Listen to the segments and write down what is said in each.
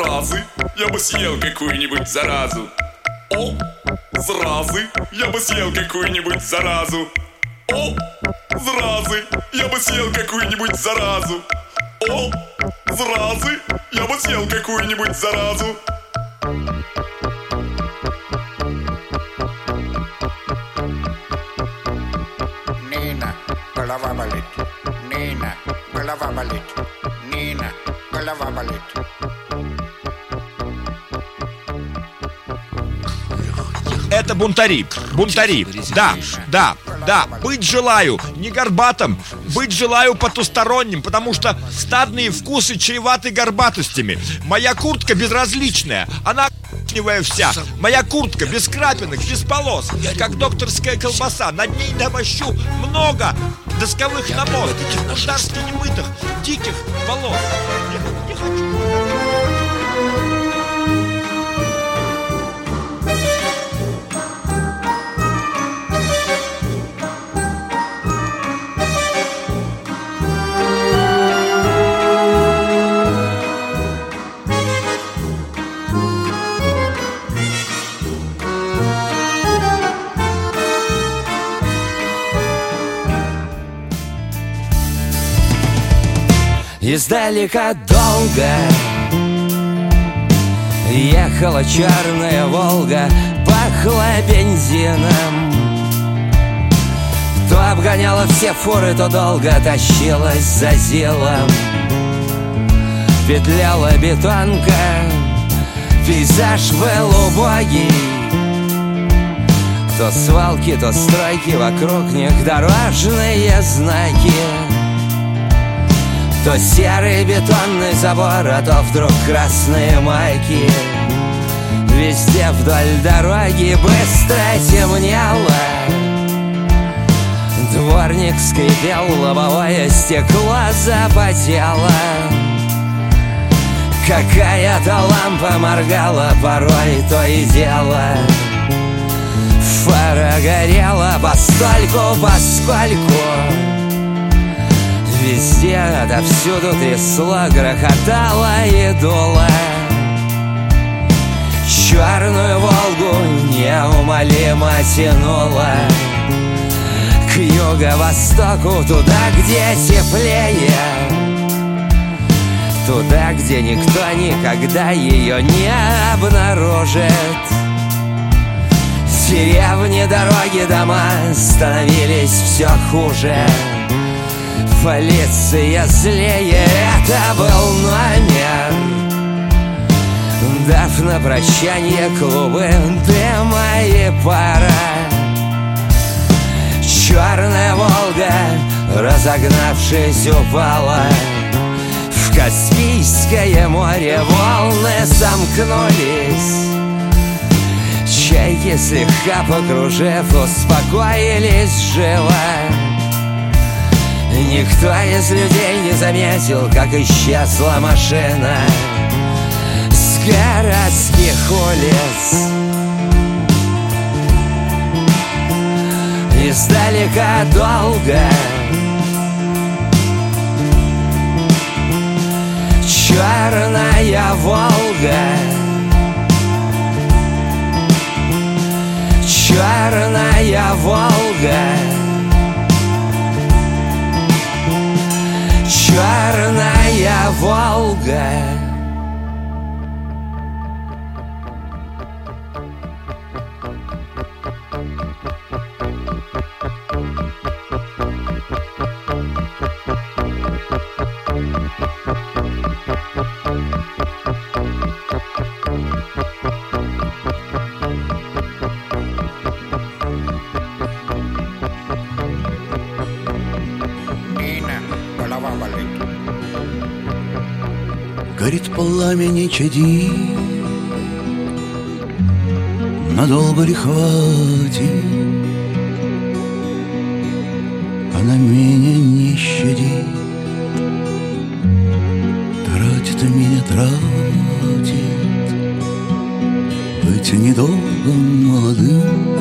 зразы, я бы съел какую-нибудь заразу. О, зразы, я бы съел какую-нибудь заразу. О, зразы, я бы съел какую-нибудь заразу. О, зразы, я бы съел какую-нибудь заразу. Нина, голова болит. Нина, голова болит. Нина, голова болит. Это бунтари, да, быть желаю не горбатым, быть желаю потусторонним, потому что стадные вкусы чреваты горбатостями. Моя куртка безразличная, она вся. Моя куртка без крапинок, без полос, как докторская колбаса. Над ней намощу много досковых намоз, этих бунтарски немытых, диких волос. Не хочу. Издалека долго ехала черная Волга, пахла бензином. То обгоняла все фуры, то долго тащилась за зилом. Петляла бетонка, пейзаж был убогий. То свалки, то стройки, вокруг них дорожные знаки. То серый бетонный забор, а то вдруг красные майки. Везде вдоль дороги быстро темнело. Дворник скрипел, лобовое стекло запотело. Какая-то лампа моргала порой то и дело. Фара горела постольку, поскольку везде, отовсюду трясло, грохотало и дуло. Черную Волгу неумолимо тянуло к юго-востоку, туда, где теплее, туда, где никто никогда ее не обнаружит. Деревни, дороги, дома становились все хуже. Полиция злее, это был номер. Дав на прощание клубы дыма и пара. Черная Волга, разогнавшись, упала в Каспийское море, волны сомкнулись. Чайки, слегка покружив, успокоились живо. Никто из людей не заметил, как исчезла машина с городских улиц. Издалека долго черная Волга, черная Волга, черная Волга. Горит пламя, не чади, надолго ли хватит, а на меня не щадит. Тратит меня, тратит. Быть недолго молодым,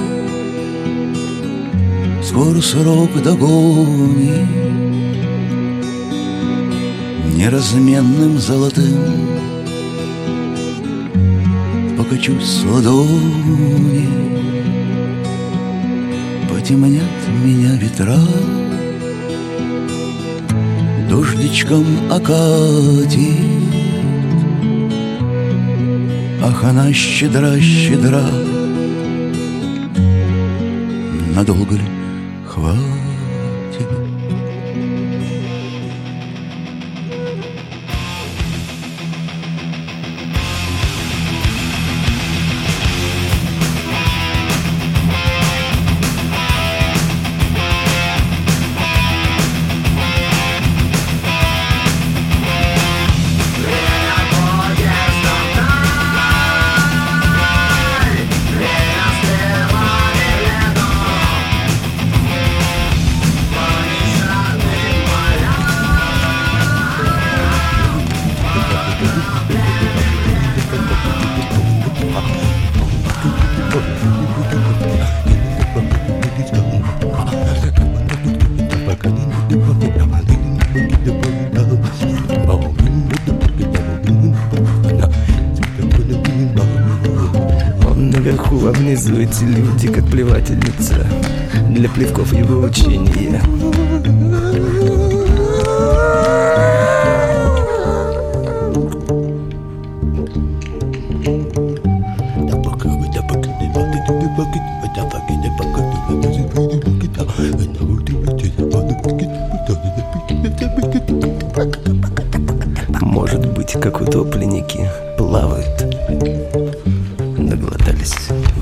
скоро срок догонит. Неразменным золотым покачусь ладони, потемнят меня ветра, дождичком окатит. Ах, она щедра, щедра, надолго ли хватит? Наверху, а внизу эти люди, как плевательница для плевков его учения. Может быть, как утопленники плавают. Наглотались.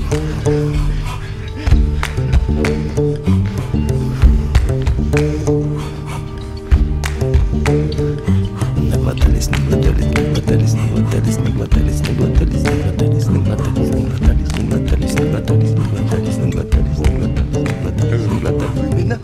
Наглотались, наглотались, наглотались, наглотались, наглотались, наглотались, наглотались, наглотались, наглотались, наглотались, наглотались, наглотались, наглотались, наглотались,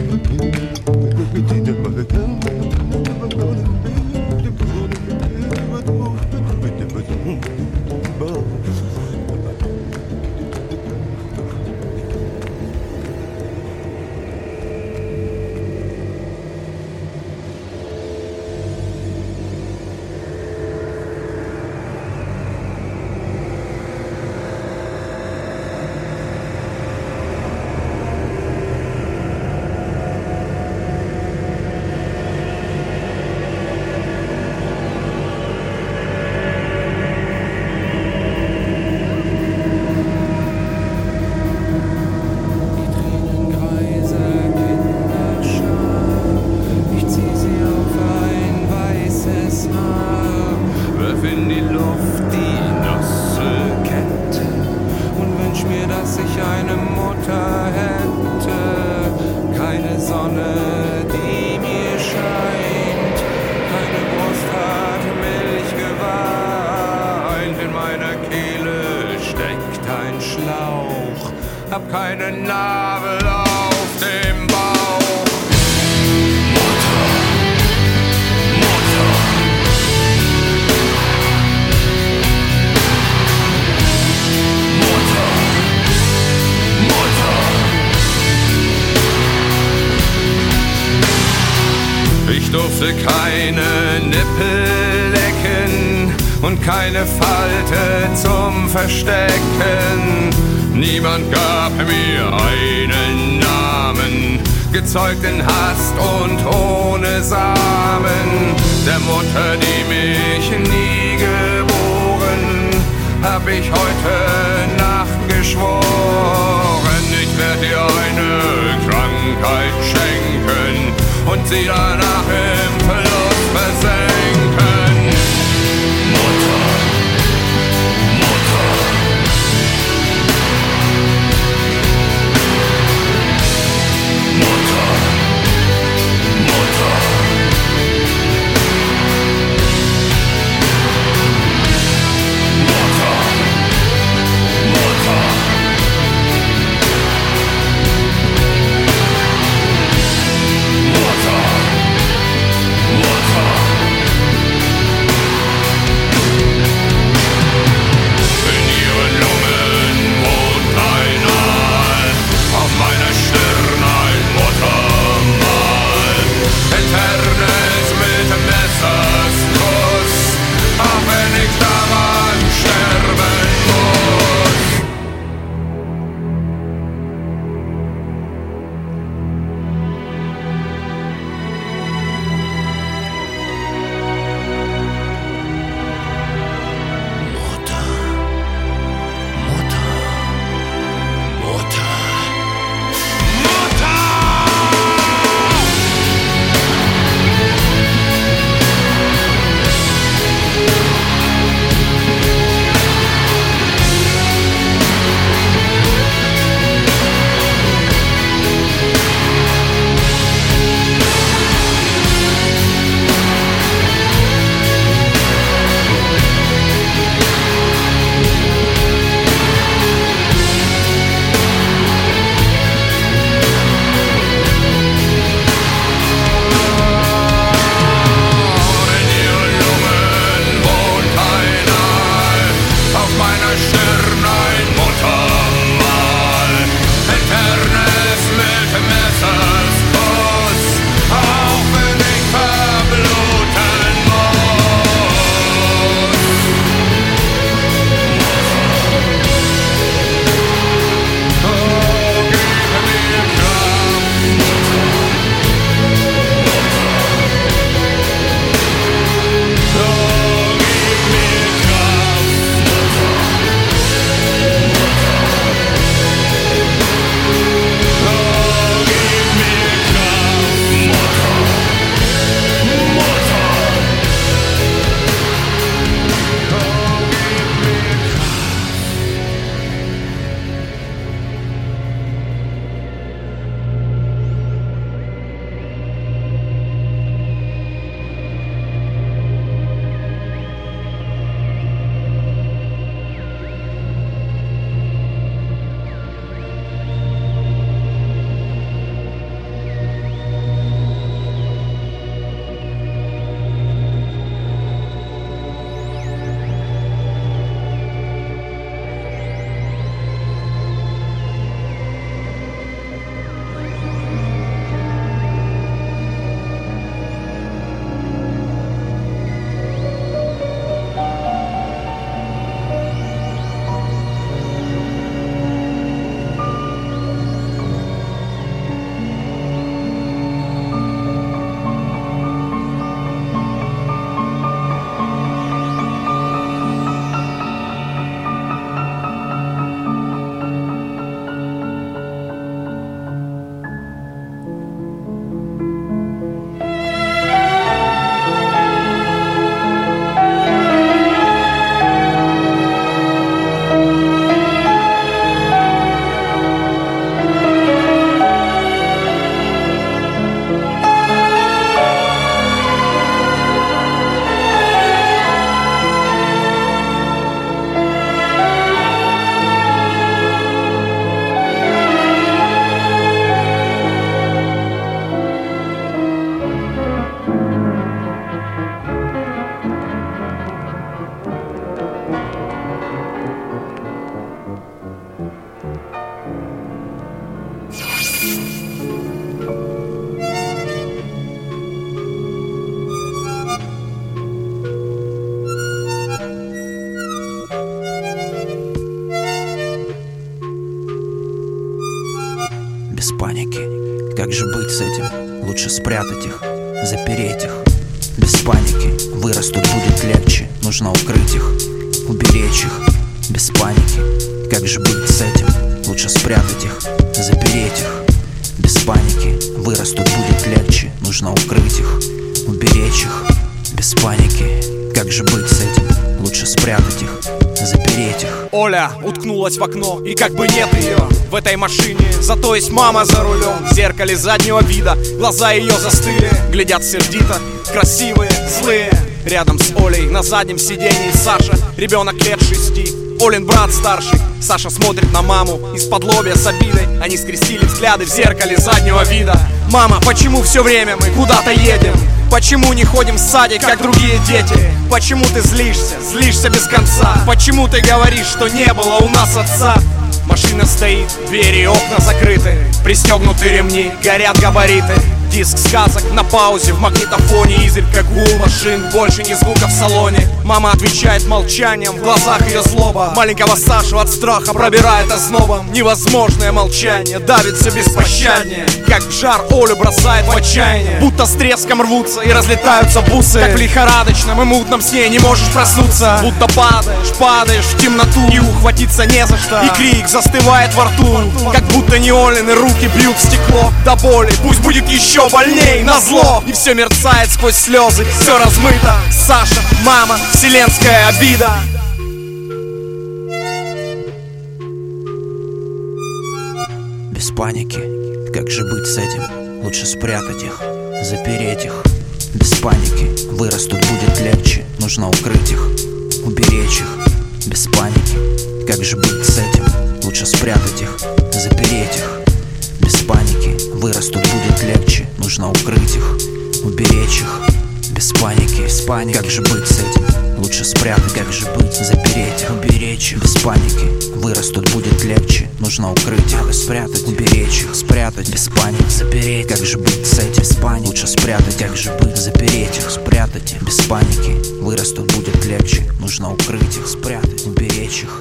in die Luft die nasse Kette und wünsch mir, dass ich eine Mutter hätte. Keine Sonne, die mir scheint, keine Brust hat Milch geweint. In meiner Kehle steckt ein Schlauch, hab keinen Nabel auf dem Bauch. Ich durfte keine Nippel lecken und keine Falte zum Verstecken. Niemand gab mir einen Namen, gezeugt in Hast und ohne Samen. Der Mutter, die mich nie geboren, hab ich heute Nacht geschworen. Ich werd dir eine Krankheit schenken und sie danach im Verlust versenken. Mutter, Mutter. Mutter, Mutter. Mutter, Mutter. Mutter, Mutter. без паники. Как же быть с этим? Лучше спрятать их, запереть их. Без паники, вырастут, будет легче. Нужно укрыть их, уберечь их. Без паники, как же быть с этим? Лучше спрятать их, запереть их. Без паники, вырастут, будет легче. Нужно укрыть их, уберечь их. Без паники, как же быть с этим? Лучше спрятать их, запереть их. Оля уткнулась в окно, и как бы нет ее в этой машине, зато есть мама за рулем. В зеркале заднего вида глаза ее застыли, глядят сердито, красивые, злые. Рядом с Олей на заднем сиденье Саша, ребенок лет 6. Олин брат старший. Саша смотрит на маму из-под лобья с обидой. Они скрестили взгляды в зеркале заднего вида. Мама, почему все время мы куда-то едем? Почему не ходим в садик, как другие дети? Почему ты злишься, злишься без конца? Почему ты говоришь, что не было у нас отца? Машина стоит, двери и окна закрыты, пристегнуты ремни, горят габариты. Диск сказок на паузе, в магнитофоне изредка гул машин, больше ни звука в салоне. Мама отвечает молчанием, в глазах ее злоба. Маленького Сашу от страха пробирает ознобом. Невозможное молчание давит все беспощаднее, как в жар Олю бросает в отчаяние. Будто с треском рвутся и разлетаются бусы, как в лихорадочном и мутном сне не можешь проснуться. Будто падаешь в темноту, и ухватиться не за что, и крик застывает во рту, как будто не Олины руки бьют в стекло. До боли, пусть будет еще больней, назло. И все мерцает сквозь слезы, все размыто. Саша, мама, вселенская обида. Без паники, как же быть с этим? Лучше спрятать их, запереть их. Без паники, вырастут, будет легче. Нужно укрыть их, уберечь их. Без паники, как же быть с этим? Лучше спрятать их, запереть их. Без паники, вырастут, будет легче. Нужно укрыть их, уберечь их. Без паники, как же быть с этим? Лучше спрятать, как же быть, запереть их, уберечь их. Без паники, вырастут, будет легче. Нужно укрыть их, спрятать, уберечь их, спрятать. Без паники, запереть, как же быть с этим? Без паники, лучше спрятать, как же быть, запереть их, спрятать их. Без паники, вырастут, будет легче. Нужно укрыть их, спрятать, уберечь их.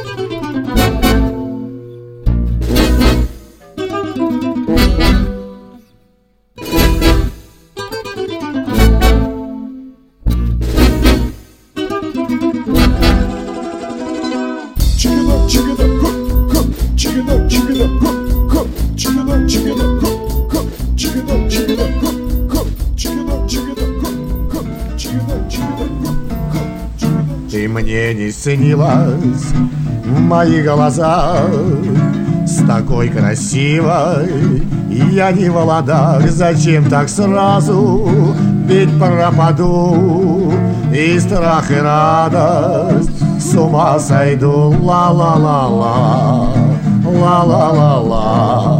Ты мне не снилась в мои глаза с такой красивой, я не в ладах. Зачем так сразу? Ведь пропаду, и страх, и радость, с ума сойду. Ла-ла-ла-ла, ла-ла-ла-ла,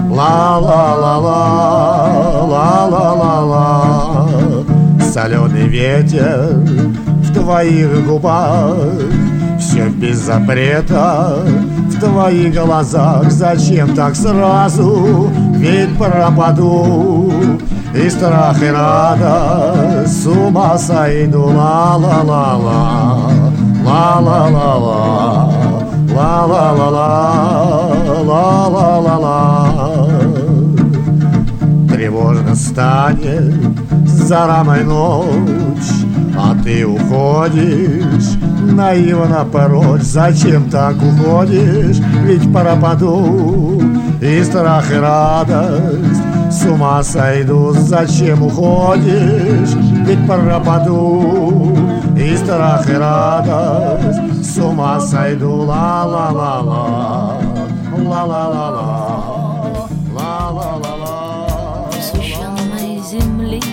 ла-ла-ла-ла, ла-ла-ла-ла. Соленый ветер в твоих губах, все без запрета в твоих глазах. Зачем так сразу? Ведь пропаду, и страх, и радость, с ума сойду. Ла-ла-ла-ла, ла-ла-ла-ла, ла-ла-ла-ла, ла-ла-ла-ла. Тревожно станет за рамой ночь, а ты уходишь наивно прочь. Зачем так уходишь? Ведь пропаду, и страх, и радость, с ума сойду. Зачем уходишь? Ведь пропаду, и страх, и радость, с ума сойду. Ла-ла-ла-ла, ла-ла-ла-ла, ла-ла-ла-ла. Священной земли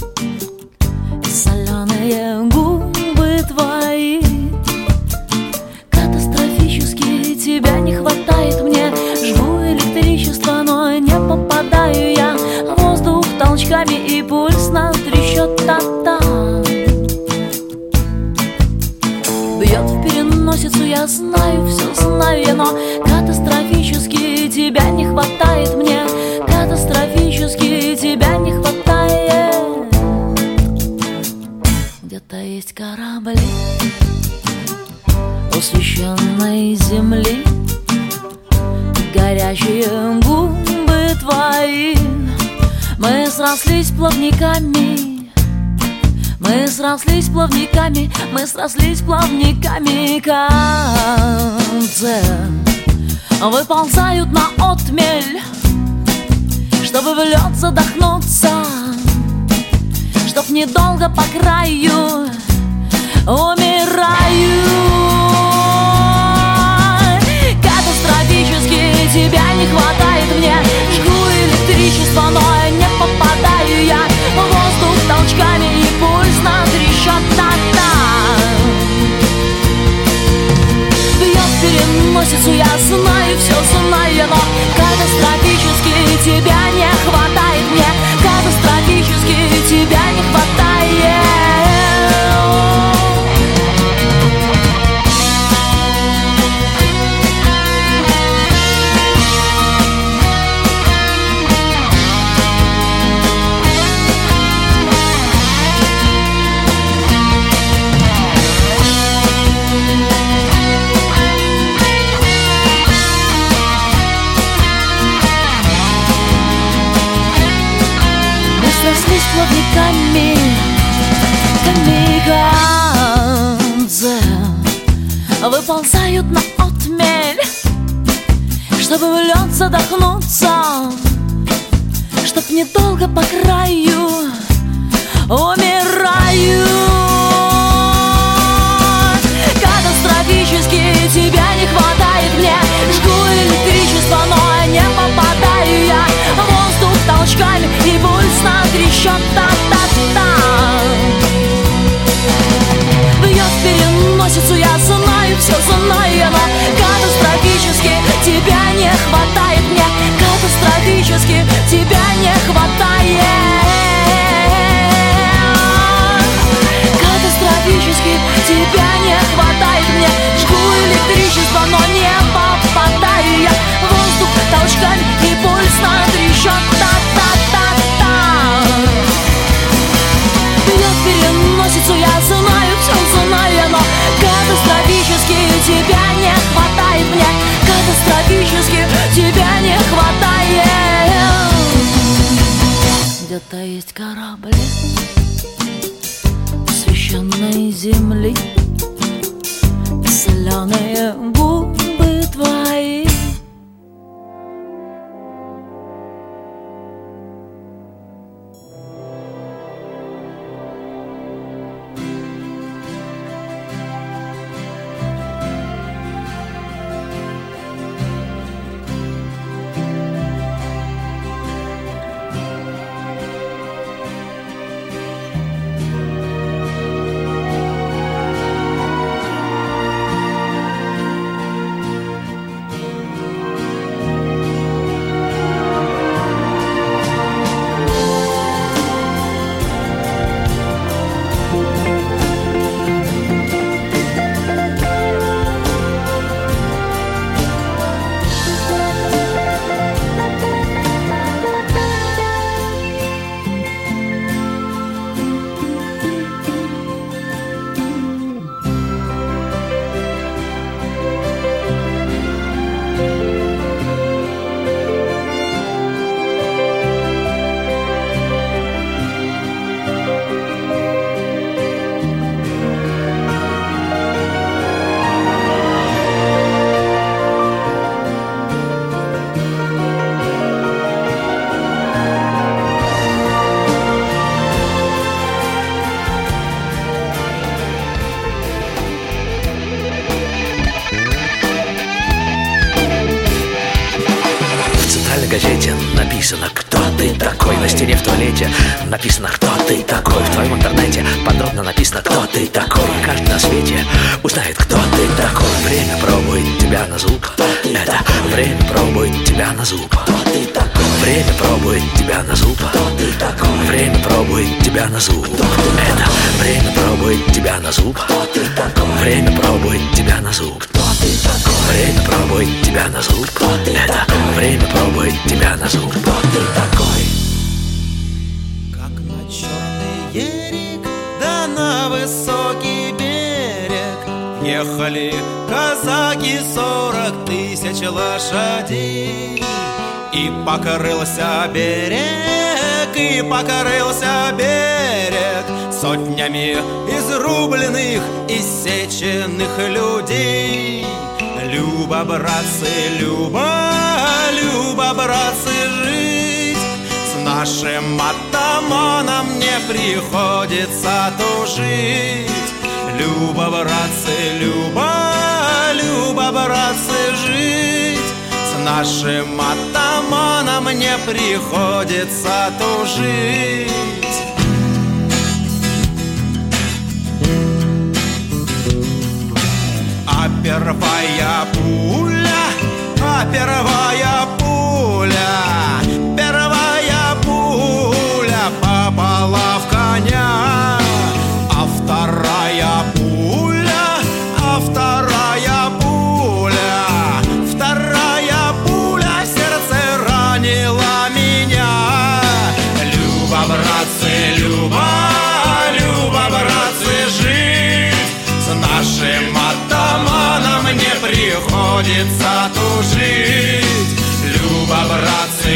соленые губы твои, катастрофически тебя не хватает мне. Жгу электричество, но не попадаю я. Воздух толчками и пульс на трещот та-та. Бьет в переносицу, я знаю, все знаю я, но катастрофически тебя не хватает мне. Катастрофически тебя не хватает. Где-то есть корабли у священной земли, горячие губы губы твои. Мы срослись плавниками, мы срослись плавниками, мы срослись плавниками. Концы выползают на отмель, чтобы в лед задохнуться, чтоб недолго по краю умираю. Катастрофически тебя не хватает мне. Жгу электричество, но не попадаю я. Воздух толчками и пульс на трещот. Бьет переносицу, я знаю, все знаю, но катастрофически тебя не хватает мне. Катастрофически тебя не хватает. Срослись плавниками, камикадзе выползают на отмель, чтобы в лед задохнуться, чтоб недолго по краю умираю. Катастрофически тебя не хватает мне. Жгу электричество, но не попадаю я. Воздух толчками и пульс на трещот. Бьет переносицу, я знаю, все знаю, но катастрофически тебя не хватает мне. Катастрофически тебя не хватает. Катастрофически тебя не хватает мне. Жгу электричество, но не попадаю я. Воздух толчками и пульс на трещот. Бьет переносицу, я знаю, все знаю, но катастрофически тебя не хватает мне. Катастрофически тебя не хватает. Где-то есть корабли священной земли, соленые губы твои. газете написано, кто ты такой. На стене в туалете написано, кто ты такой. В твоем интернете подробно написано, кто ты такой. Каждый на свете узнает, кто ты такой. Время пробует тебя на зуб. Это время пробует тебя на зуб. Время пробует тебя на зуб. Время пробует тебя на зуб. Это время пробует тебя на зуб. Время пробует тебя на зуб. Время пробует тебя на зуб. Это время пробует тебя на зуб. Как на черный ерик, да на высокий берег ехали казаки 40 000 лошадей. И покрылся берег, и покрылся берег сотнями изрубленных, иссеченных людей. Люба, братцы, Люба, братцы, жить с нашим атаманом не приходится тужить. Люба, братцы, Люба, братцы, жить с нашим атаманом не приходится тужить. А первая пуля, первая пуля попала в коня, а вторая пуля в сердце ранила меня. Люба, братцы, Люба, братцы, жить с нашим атаманом не приходится тужить. Люба, братцы,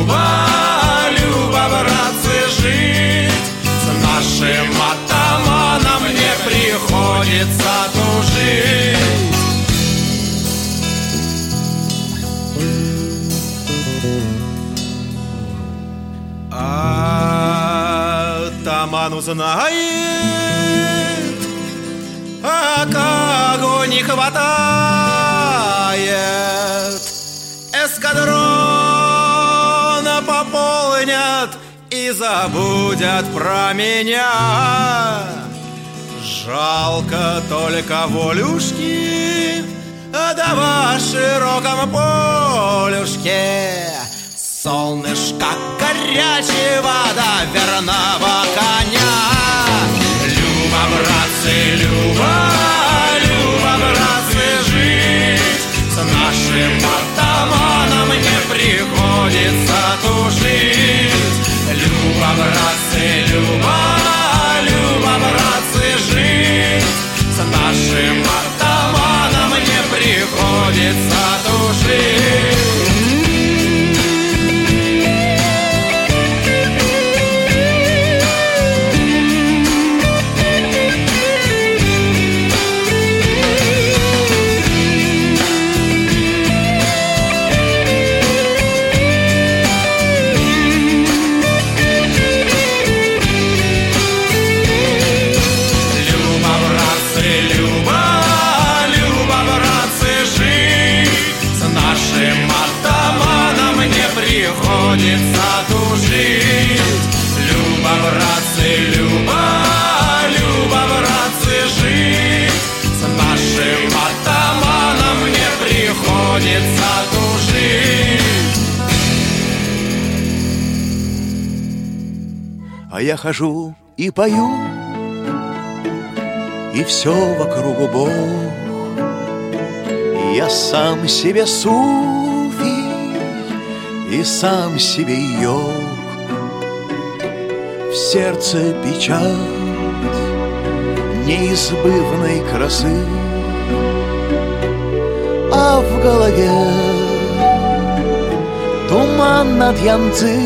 Люба, братцы, жить с нашим атаманом не приходится тужить. Атаман узнает, а кого не хватает, эскадрона пополнят и забудят про меня. Жалко только волюшки, да во широком полюшке солнышко горячего да верного коня. Люба, братцы, Люба, братцы, жить с нашим атаманом не приходится тужить. Люба, братцы, Люба, братцы, жить с нашим атаманом не приходится тужить. Приходится тужить. Люба, братцы, Люба, братцы, жить с нашим атаманом не приходится тужить. А я хожу и пою, и все вокруг Бог. Я сам себе суфий и сам себе йог. В сердце печать неизбывной красы, а в голове туман над Янцзы.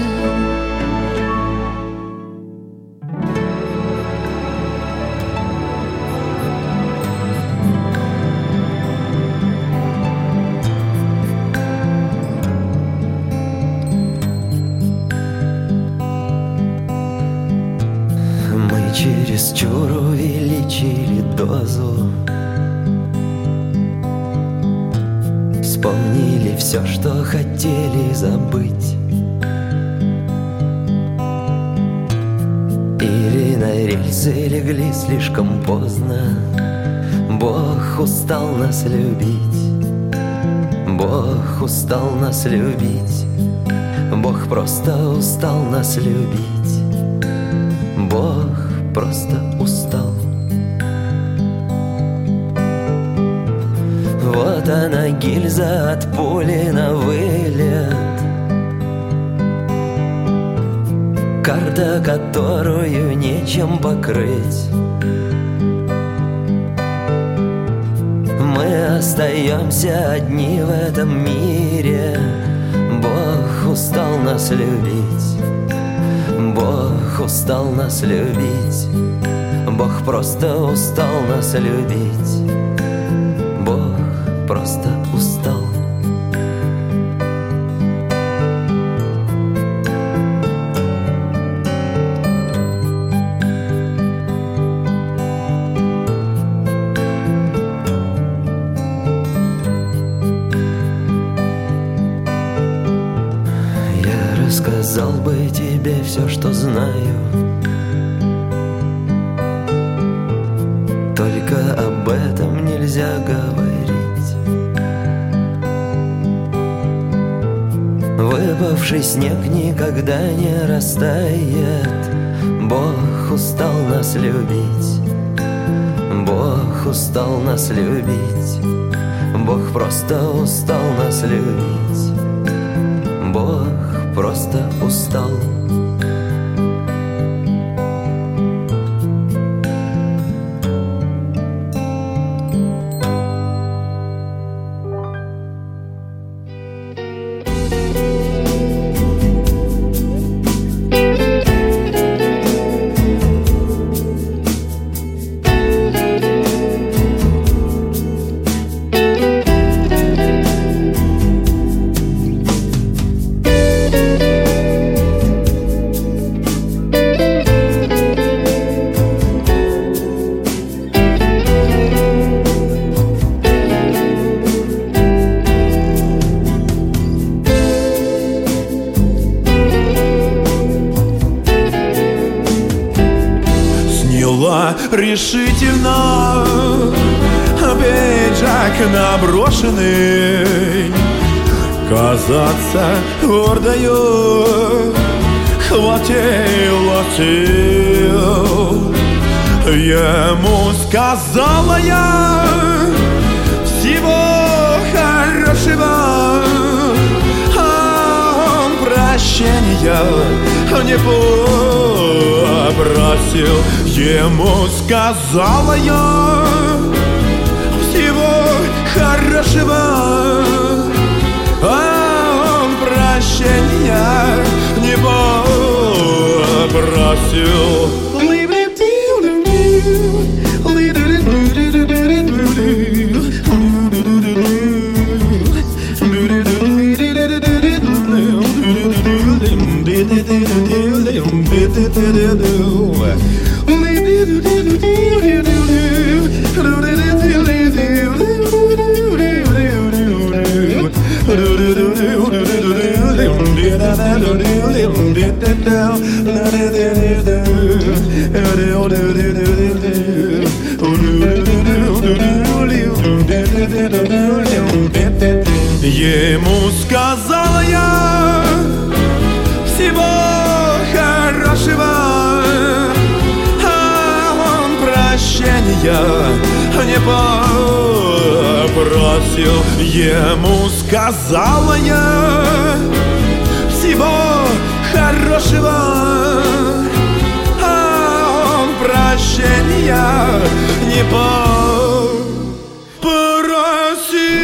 Чересчур увеличили дозу, вспомнили все, что хотели забыть, или на рельсы легли слишком поздно. Бог устал нас любить, Бог устал нас любить, Бог просто устал нас любить, Бог просто устал. Вот она, гильза от пули на вылет, карта, которую нечем покрыть. Мы остаемся одни в этом мире. устал нас любить. Бог устал нас любить. Бог просто устал нас любить. Бог просто устал. Я рассказал бы тебе все, что знаю, только об этом нельзя говорить. Выпавший снег никогда не растает. Бог устал нас любить. Бог устал нас любить. Бог просто устал нас любить. Бог просто устал. Решительно пиджак наброшенный, казаться гордою хватило сил. Ему сказала я всего хорошего, а он прощения не попросил. Ему сказала я всего хорошего, а он прощения не попросил. Ему сказала я всего хорошего, а он прощения не попросил. Ему сказала я всего хорошего, а он прощения не попросил.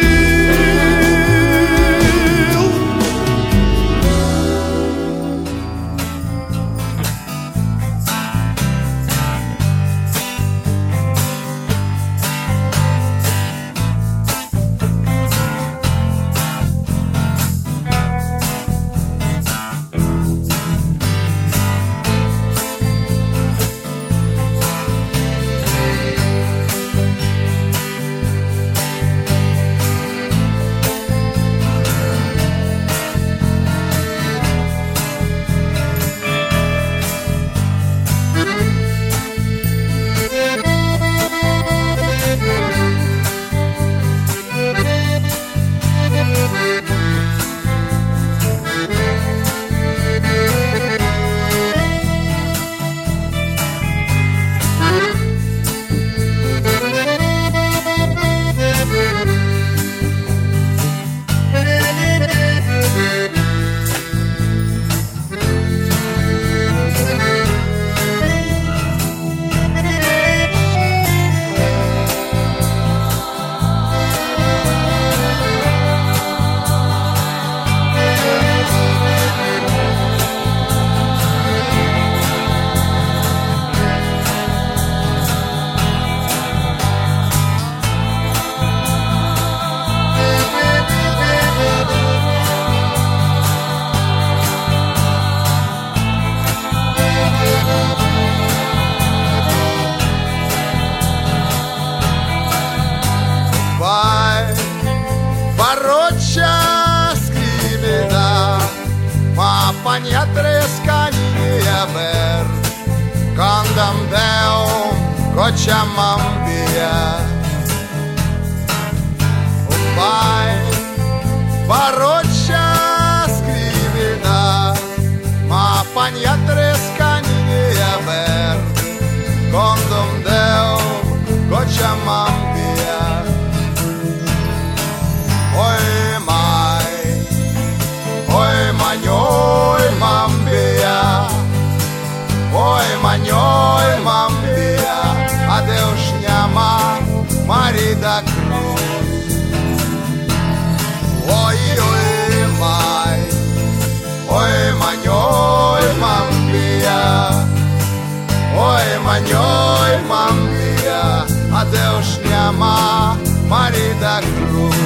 trescania per condam deum cociamam via vai paroccia scrivida ma pagna trescania per condam deum cociamam via oi Oi mambia, oi mambia, adeus chama marida cruz. Oi mai, oi mambia, oi mambia, adeus chama marida cruz.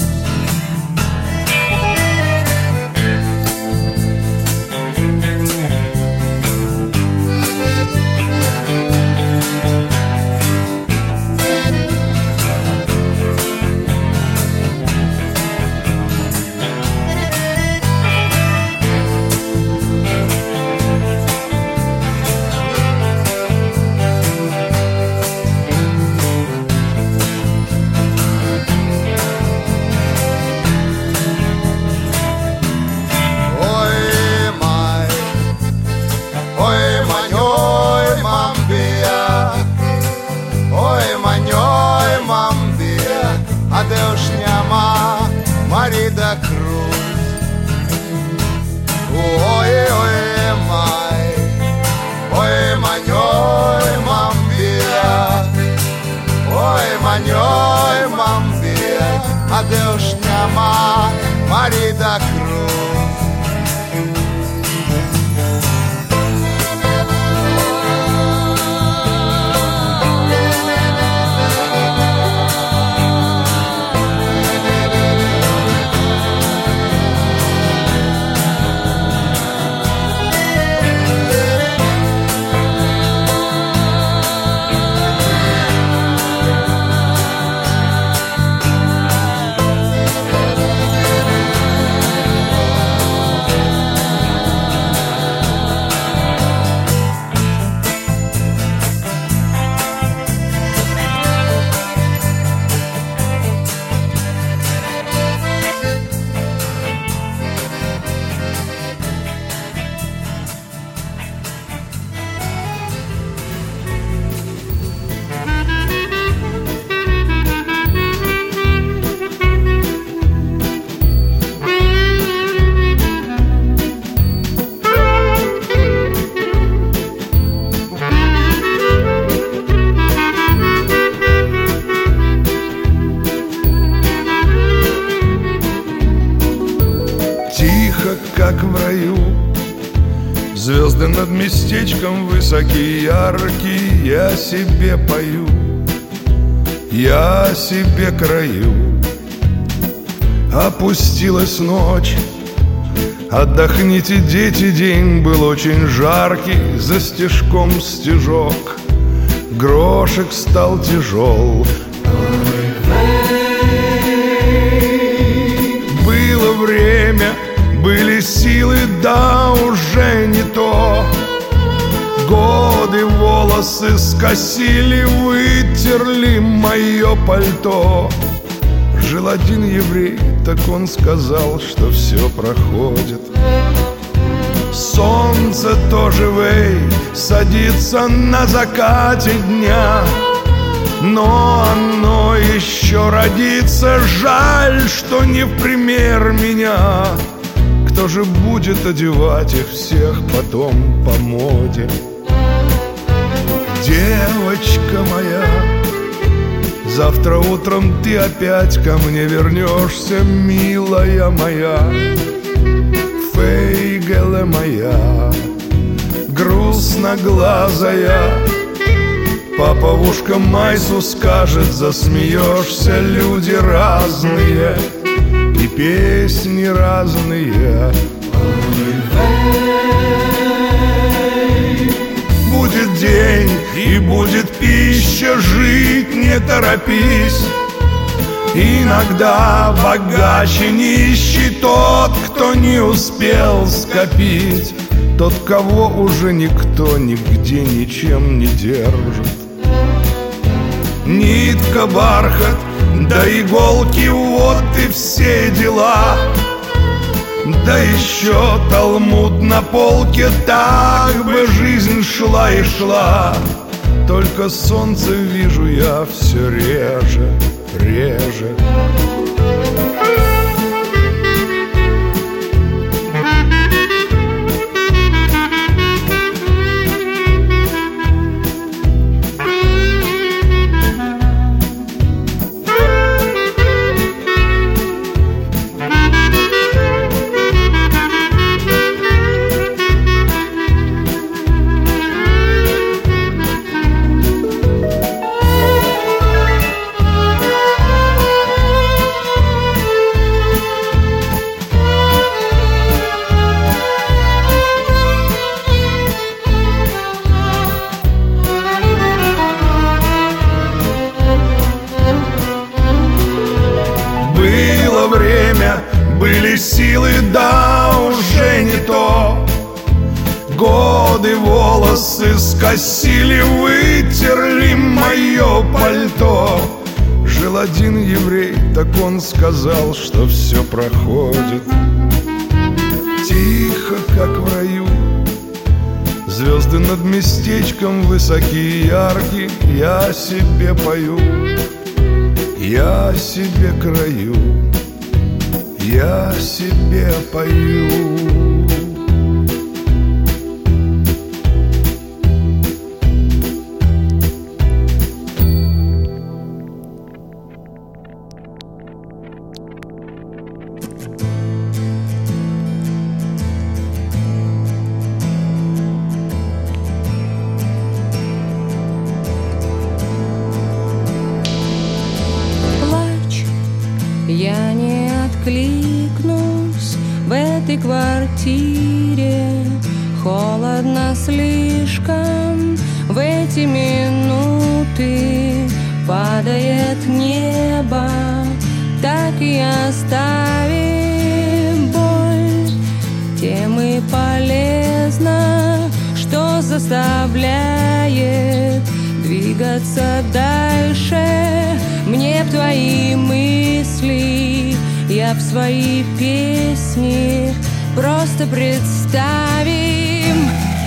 Adeus chama marida cruz. Oi mai, oi mambia, oi mambia, adeus chama marida cruz. Как в раю, звезды над местечком высокие, яркие, я себе пою, я себе краю. Опустилась ночь, отдохните, дети, день был очень жаркий, за стежком стежок, грошек стал тяжел. Было время, были силы, да уже не то. Годы волосы скосили, вытерли мое пальто. Жил один еврей, так он сказал, что все проходит. Солнце тоже, вей, садится на закате дня, но оно еще родится, жаль, что не в пример меня. Кто же будет одевать их всех потом по моде? Девочка моя, завтра утром ты опять ко мне вернешься, милая моя, фейгеле моя, грустноглазая. Папа в ушко Майсу скажет, засмеешься, люди разные и песни разные. Будет день и будет пища, жить не торопись. Иногда богаче нищий тот, кто не успел скопить, тот, кого уже никто нигде ничем не держит. Нитка, бархат, да иголки, вот и все дела. Да еще талмуд на полке, так бы жизнь шла и шла. Только солнце вижу я все реже, реже. Были силы, да уже не то. Годы волосы скосили, вытерли мое пальто. Жил один еврей, так он сказал, что все проходит. Тихо, как в раю, звезды над местечком высокие и яркие. Я себе пою, я себе краю, я себе пою. Плачь, я не откликнусь в этой квартире. Холодно слишком в эти минуты. Падает небо, так и оставим боль. Тем и полезно, что заставляет двигаться дальше. Мне б твои мысли, я б свои песни просто представим.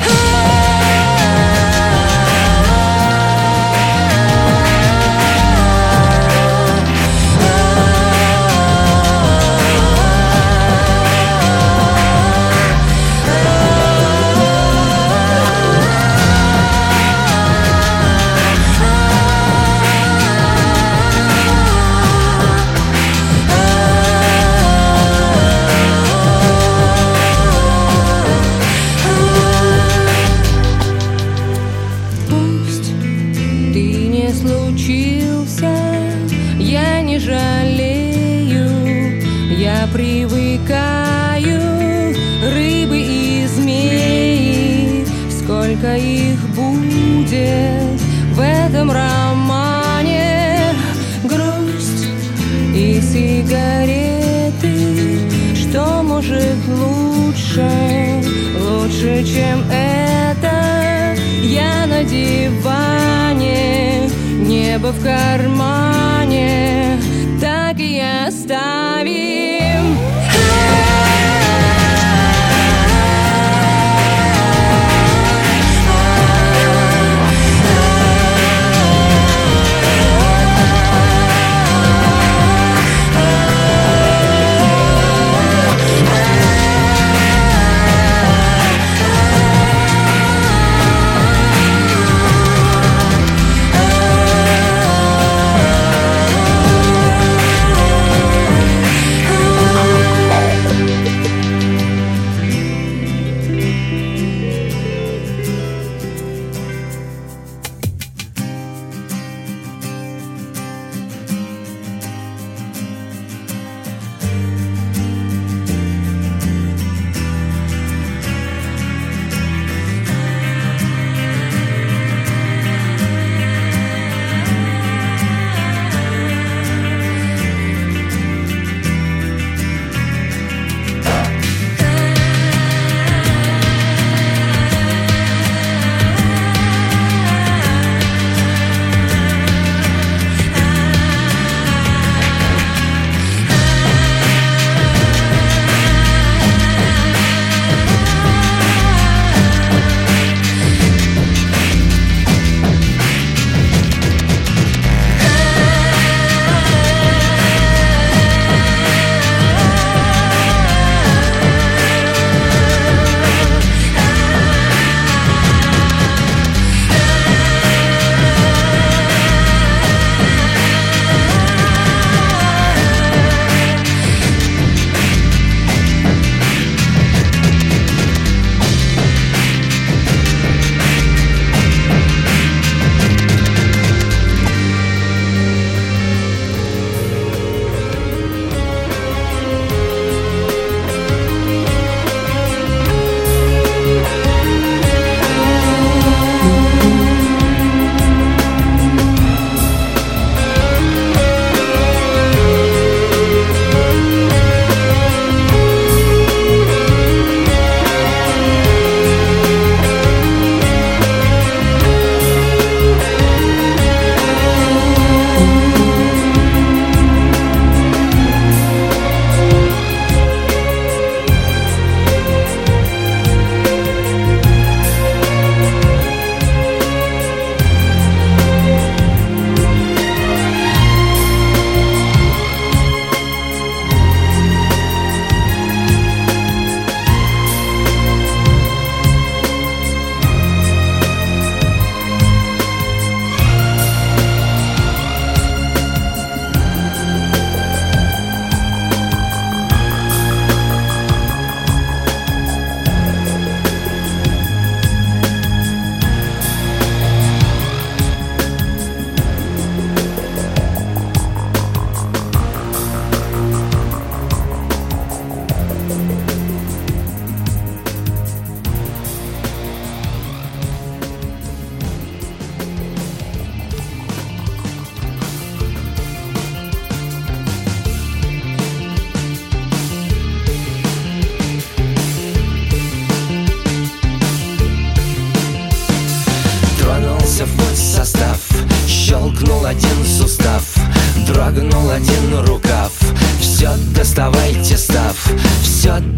Я не жалею, я привыкаю. Рыбы и змеи, сколько их будет в этом романе. Грусть и сигареты, что может лучше, лучше, чем это? Я на диване, небо в кармане, так и оставим.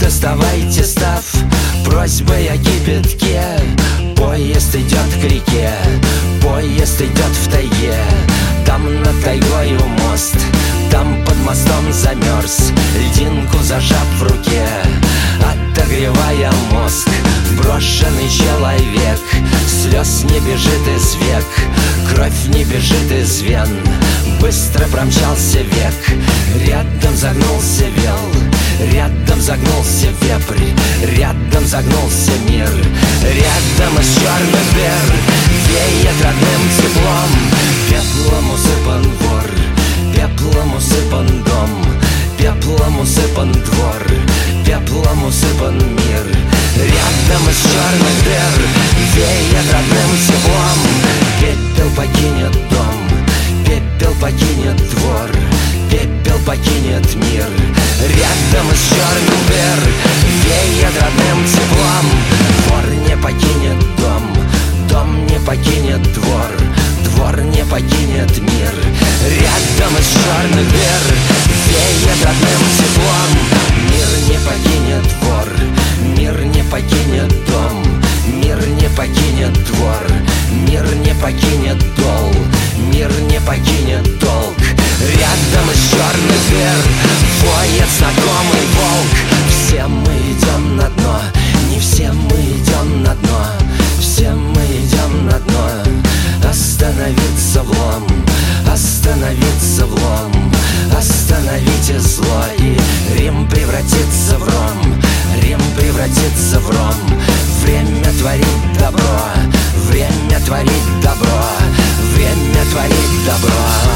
доставайте став просьбой о кипятке. Поезд идет к реке, поезд идет в тайге. Там над тайгою мост, там под мостом замерз, льдинку зажав в руке, отогревая мозг. Брошенный человек, слез не бежит из век, кровь не бежит из вен. Быстро промчался век, рядом загнулся вел, рядом загнулся вепрь, рядом загнулся мир. Рядом из черных дыр веет родным теплом, пеплом усыпан двор, пеплом усыпан дом, пеплом усыпан двор, пеплом усыпан мир. Рядом из черных дыр веет родным теплом, пепел покинет дом, пепел покинет двор, пепел покинет мир. Рядом из черных дыр веет родным теплом, двор не покинет дом, дом не покинет двор, двор не покинет мир. Рядом из черных дыр веет родным теплом, мир не покинет двор, мир не покинет дом, мир не покинет двор, мир не покинет дол, мир не покинет долг. Рядом из черных дыр воет знакомый волк. Все мы идем на дно, не все мы идем на дно, все мы идем на дно. Остановиться влом, остановиться влом, остановите зло, и Рим превратится в ром, Рим превратится в ром. Время творит добро, время творит добро, время творит добро.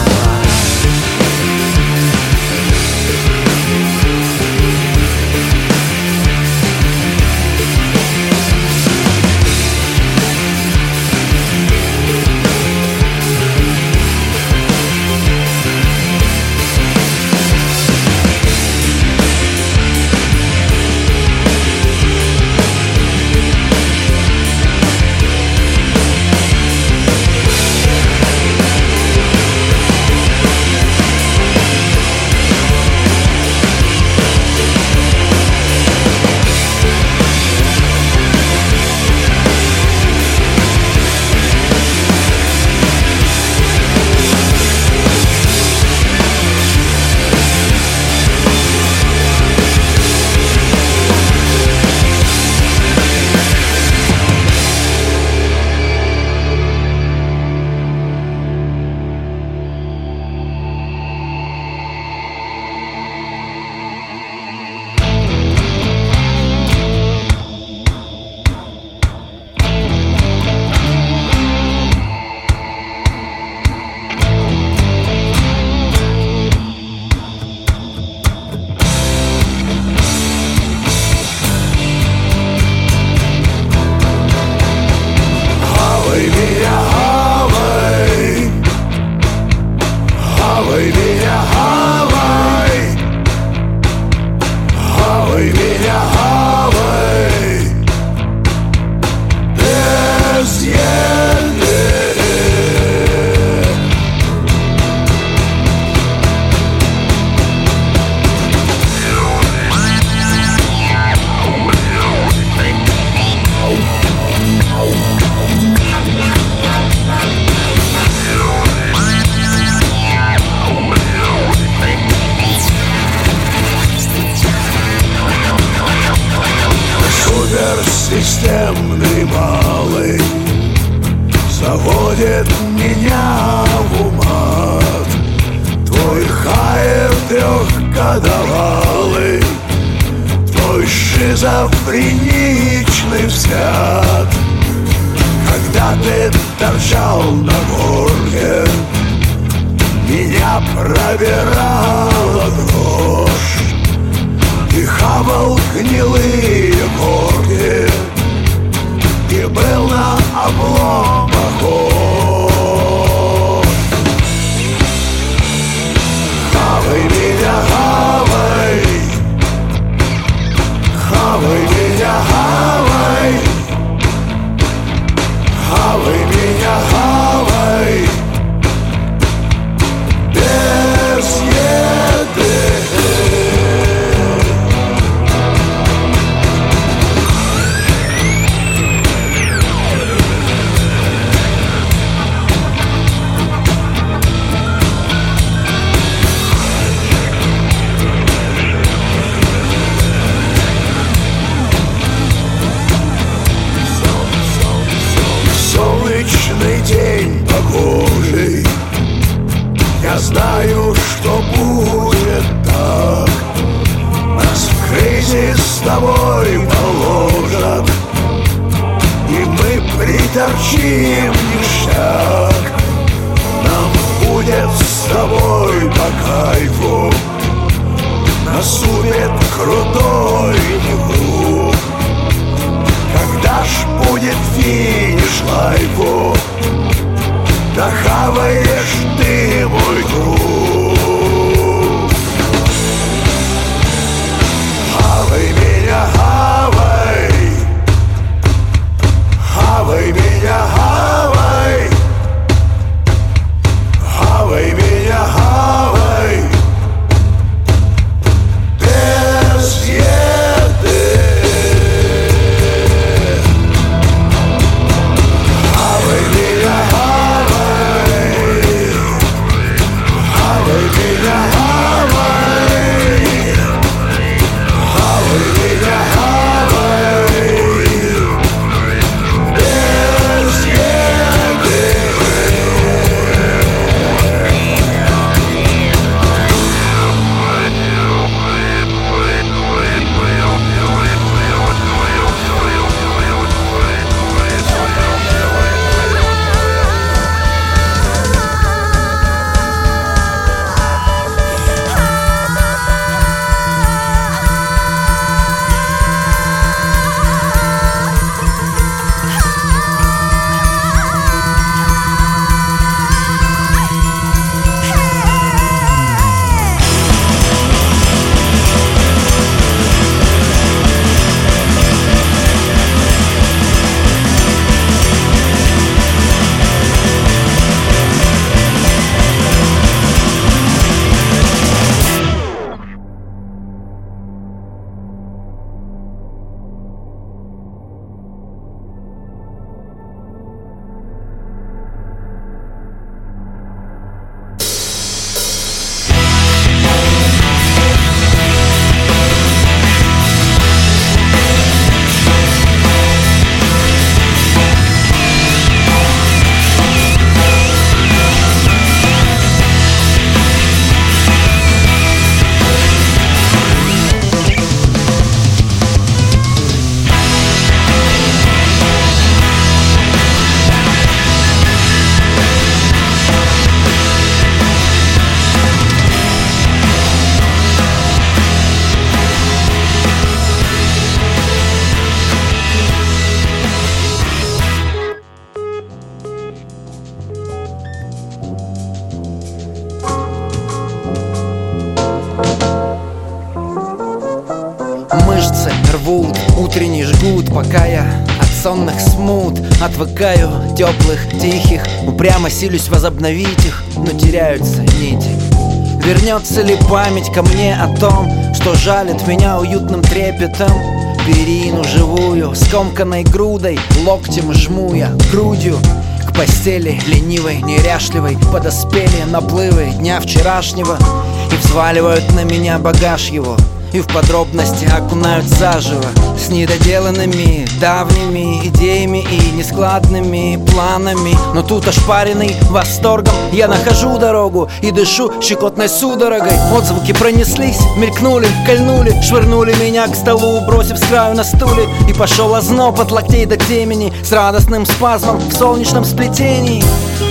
Системный малый заводит меня в умат. Твой Хаев трехгодовалый, твой шизофреничный взгляд. Когда ты торчал на горке, меня пробирала дрожь. Ты хавал гнилые корки и был на облом похож. Хавай меня, хавай, хавай меня, хавай, хавай меня, хавай, без еды. ворчим ништяк. Нам будет с тобой по кайфу. Наступит крутой круг. Когда ж будет финиш лайфу, дохаваешь ты мой друг. Хавай меня, хавай. Хавай меня, хавай. Хавай меня, хавай. Без еды. Хавай меня, хавай. Хавай меня, хавай. Хавай меня, хавай. Без еды. Мышцы рвут, утренний жгут, пока я от сонных смут отвыкаю, теплых, тихих. Упрямо силюсь возобновить их, но теряются нити. Вернется ли память ко мне о том, что жалит меня уютным трепетом? Перину живую, скомканной грудой, локтем жму я грудью к постели ленивой, неряшливой. Подоспели наплывы дня вчерашнего и взваливают на меня багаж его, и в подробности окунают заживо с недоделанными давними идеями и нескладными планами. Но тут ошпаренный восторгом я нахожу дорогу и дышу щекотной судорогой. Отзвуки пронеслись, мелькнули, кольнули, швырнули меня к столу, бросив с краю на стуле. И пошел озноб от локтей до темени с радостным спазмом в солнечном сплетении.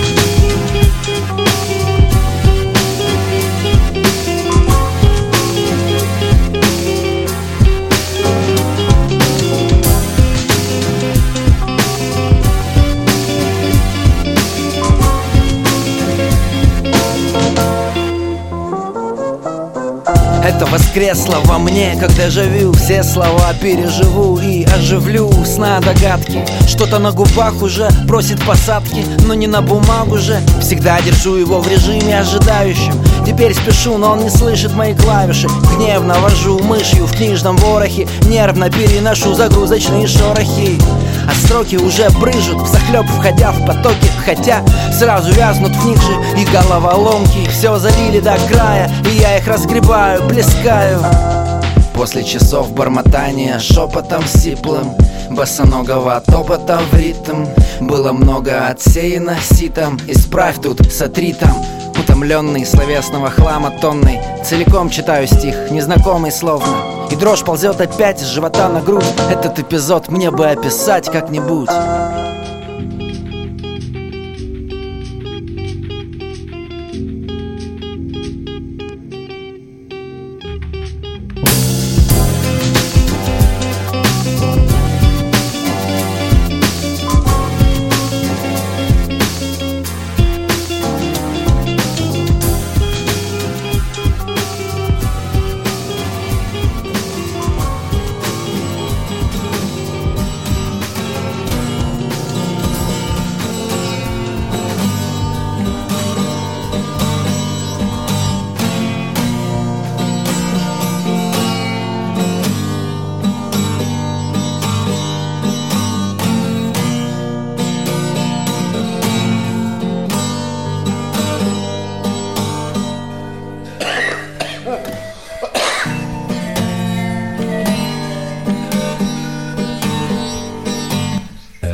Это воскресло во мне, как дежавю. Все слова переживу и оживлю сна догадки. Что-то на губах уже просит посадки, но не на бумагу же. Всегда держу его в режиме ожидающем. Теперь спешу, но он не слышит мои клавиши. Гневно вожу мышью в книжном ворохе, нервно переношу загрузочные шорохи. А строки уже брыжут взахлеб, входя в потоки, хотя сразу вязнут в них же и головоломки. Все залили до края, и я их разгребаю, плескаю. После часов бормотания шепотом сиплым, босоногого топота в ритм, было много отсеяно ситом. Исправь тут, сотри там. Утомленный словесного хлама тонной, целиком читаю стих, незнакомый словно, и дрожь ползет опять с живота на грудь. Этот эпизод мне бы описать как-нибудь.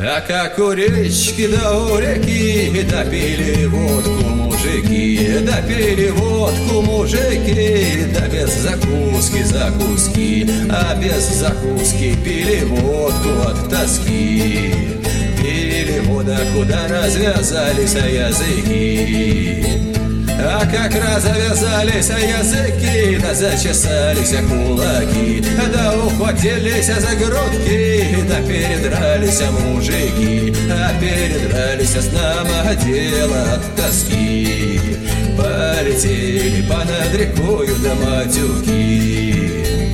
А как у речки да у реки допили водку мужики, допили водку мужики, да без закуски, а без закуски пили водку от тоски. Пили водку, да развязались языки. А как развязались языки, да зачесались кулаки, да ухватились за грудки, да передрались мужики, а передрались знамо дело от тоски. Полетели понад рекою да матюки.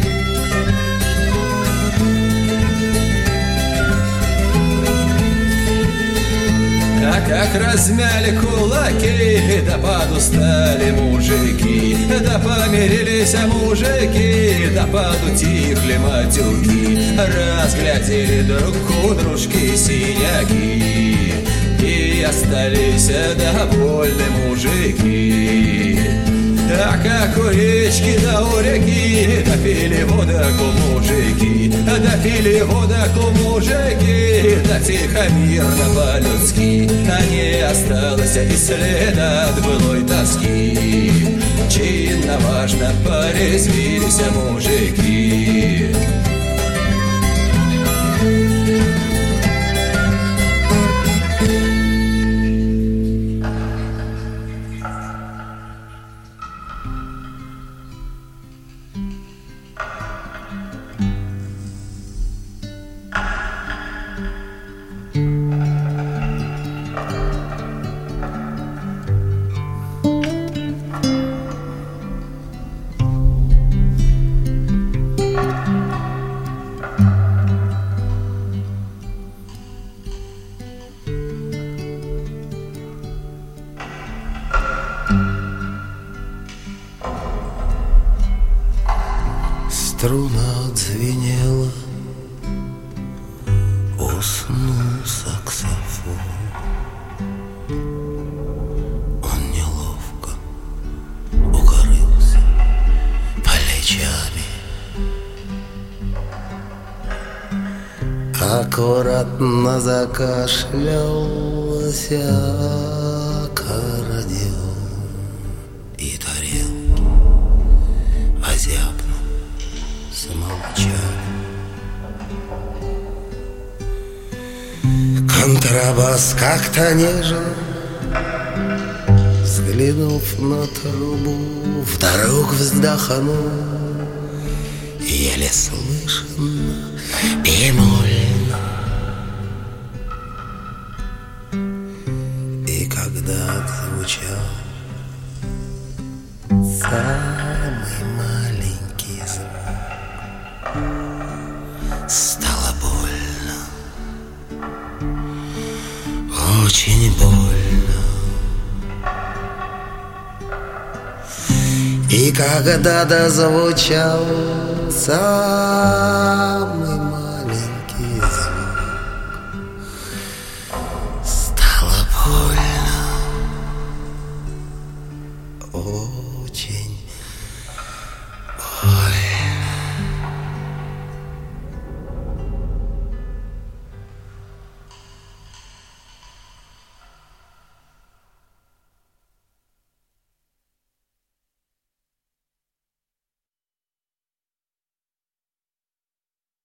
А как размяли кулаки, да подустали мужики, да помирились мужики, да подутихли матюки, разглядели друг у дружки синяки, и остались довольны мужики. А как у речки да у реки допили водку мужики, допили водку мужики, да тихо, мирно, по-людски, а не осталось и следа от былой тоски. Чинно, важно порезвились мужики. Струна отзвенела, уснул саксофон. Он неловко укрылся плечами. Аккуратно закашлялся аккордеон, и тарелки озябнут замолчали. Контрабас как-то нежно, взглянув на трубу, вдруг вздохнул, еле слышно бемольно. И когда отзвучал самый маленький звук, стало больно, очень больно. И когда дозвучал самый маленький